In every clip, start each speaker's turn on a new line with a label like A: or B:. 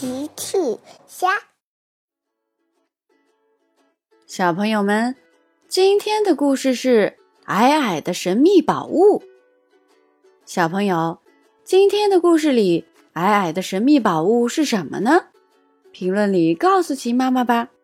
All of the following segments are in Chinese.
A: 奇趣虾。
B: 小朋友们，今天的故事是矮矮的神秘宝物。小朋友，今天的故事里，矮矮的神秘宝物是什么呢？评论里告诉奇妈妈吧。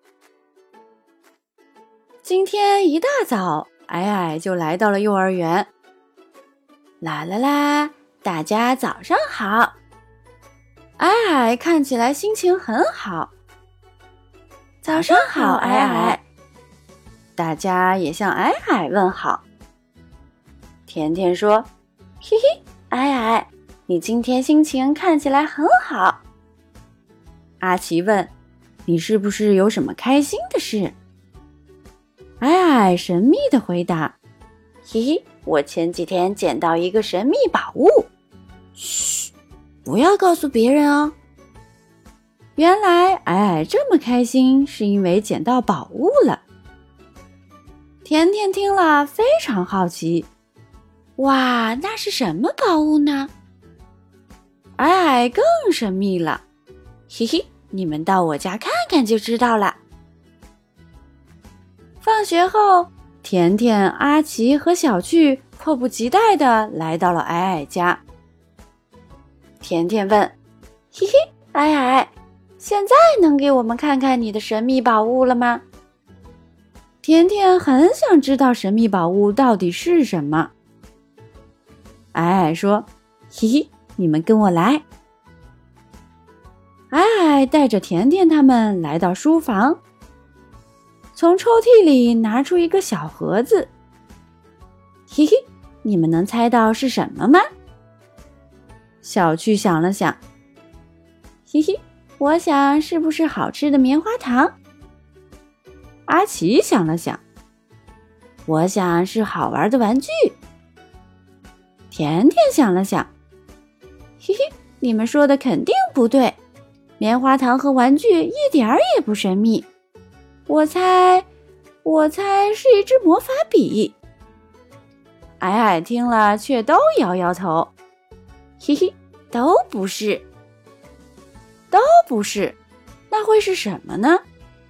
B: 今天一大早，矮矮就来到了幼儿园。啦啦啦，大家早上好。矮矮看起来心情很好。早上好，矮矮。大家也向矮矮问好。甜甜说：嘿嘿，矮矮，你今天心情看起来很好。阿奇问：你是不是有什么开心的事？矮矮神秘地回答：嘿嘿，我前几天捡到一个神秘宝物。嘘，不要告诉别人哦。原来矮矮这么开心，是因为捡到宝物了。甜甜听了非常好奇，哇，那是什么宝物呢？矮矮更神秘了，嘿嘿，你们到我家看看就知道了。放学后，甜甜、阿奇和小趣迫不及待地来到了矮矮家。甜甜问：嘿嘿，矮矮，现在能给我们看看你的神秘宝物了吗？甜甜很想知道神秘宝物到底是什么。矮矮说：嘿嘿，你们跟我来。矮矮带着甜甜他们来到书房，从抽屉里拿出一个小盒子。嘿嘿，你们能猜到是什么吗？小趣想了想，嘿嘿，我想是不是好吃的棉花糖？阿奇想了想，我想是好玩的玩具。甜甜想了想，嘿嘿，你们说的肯定不对，棉花糖和玩具一点儿也不神秘。我猜是一支魔法笔。矮矮听了却都摇摇头，嘿嘿，都不是，那会是什么呢？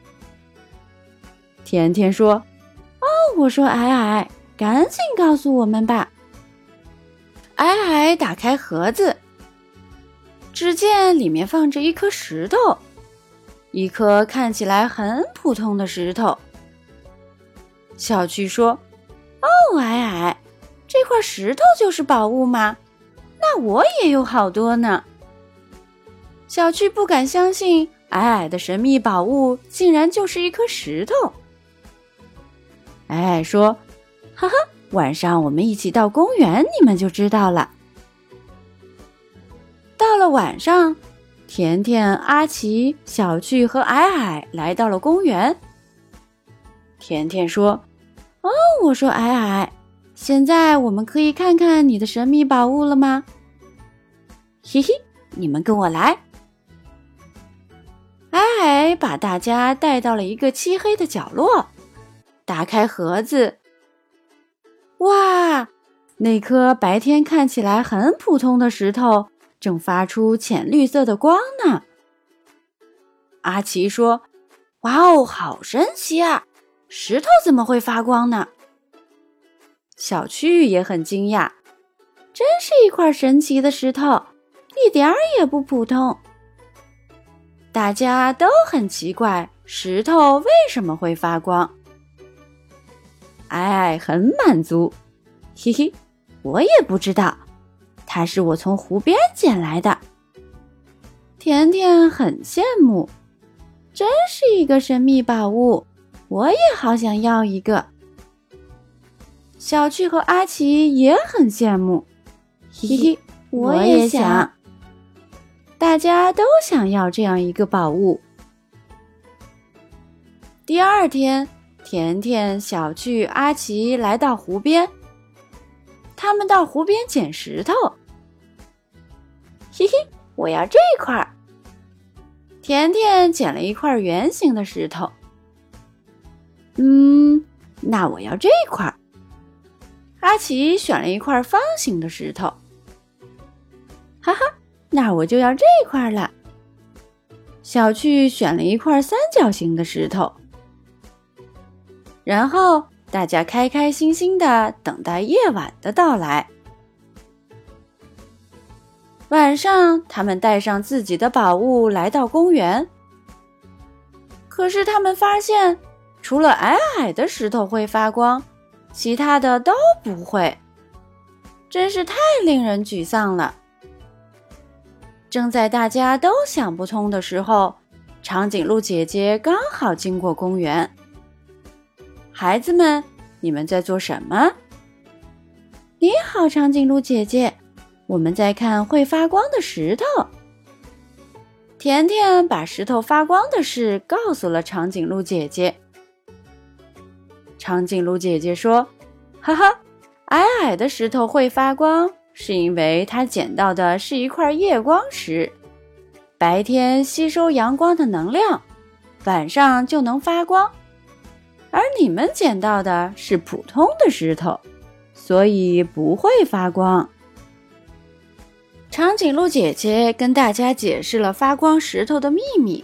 B: 甜甜说：哦，我说矮矮，赶紧告诉我们吧。矮矮打开盒子，只见里面放着一颗石头，一颗看起来很普通的石头。小趣说：哦，矮矮，这块石头就是宝物吗？那我也有好多呢。小趣不敢相信，矮矮的神秘宝物竟然就是一颗石头。矮矮说：哈哈，晚上我们一起到公园，你们就知道了。到了晚上，甜甜、阿奇、小趣和矮矮来到了公园。甜甜说：哦，我说矮矮，现在我们可以看看你的神秘宝物了吗？嘿嘿，你们跟我来。矮矮把大家带到了一个漆黑的角落，打开盒子，哇，那颗白天看起来很普通的石头正发出浅绿色的光呢。阿奇说：哇哦，好神奇啊，石头怎么会发光呢？小趣也很惊讶，真是一块神奇的石头，一点儿也不普通。大家都很奇怪，石头为什么会发光？矮矮很满足，嘿嘿，我也不知道，它是我从湖边捡来的。甜甜很羡慕，真是一个神秘宝物，我也好想要一个。小趣和阿奇也很羡慕，嘿嘿，我也想。大家都想要这样一个宝物。第二天，甜甜、小趣、阿奇来到湖边，他们到湖边捡石头。嘿嘿，我要这块。甜甜捡了一块圆形的石头。那我要这块。阿奇选了一块方形的石头。哈哈，那我就要这块了。 小趣选了一块三角形的石头，然后大家开开心心地等待夜晚的到来。晚上，他们带上自己的宝物来到公园。可是他们发现，除了矮矮的石头会发光，其他的都不会，真是太令人沮丧了。正在大家都想不通的时候，长颈鹿姐姐刚好经过公园。孩子们，你们在做什么？你好，长颈鹿姐姐，我们在看会发光的石头。甜甜把石头发光的事告诉了长颈鹿姐姐。长颈鹿姐姐说：哈哈，矮矮的石头会发光，是因为它捡到的是一块夜光石，白天吸收阳光的能量，晚上就能发光。而你们捡到的是普通的石头，所以不会发光。长颈鹿姐姐跟大家解释了发光石头的秘密。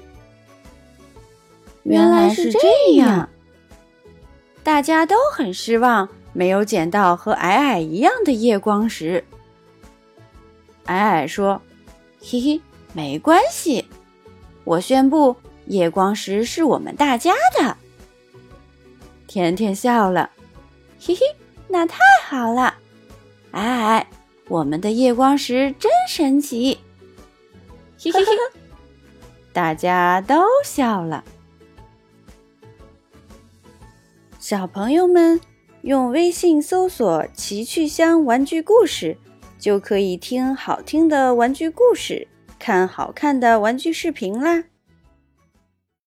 B: 原来是这样，大家都很失望，没有捡到和矮矮一样的夜光石。矮矮说：嘿嘿，没关系，我宣布夜光石是我们大家的。甜甜笑了，嘿嘿，那太好了，矮矮，我们的夜光石真神奇！嘿嘿嘿，大家都笑了。小朋友们，用微信搜索“奇趣箱玩具故事”，就可以听好听的玩具故事，看好看的玩具视频啦。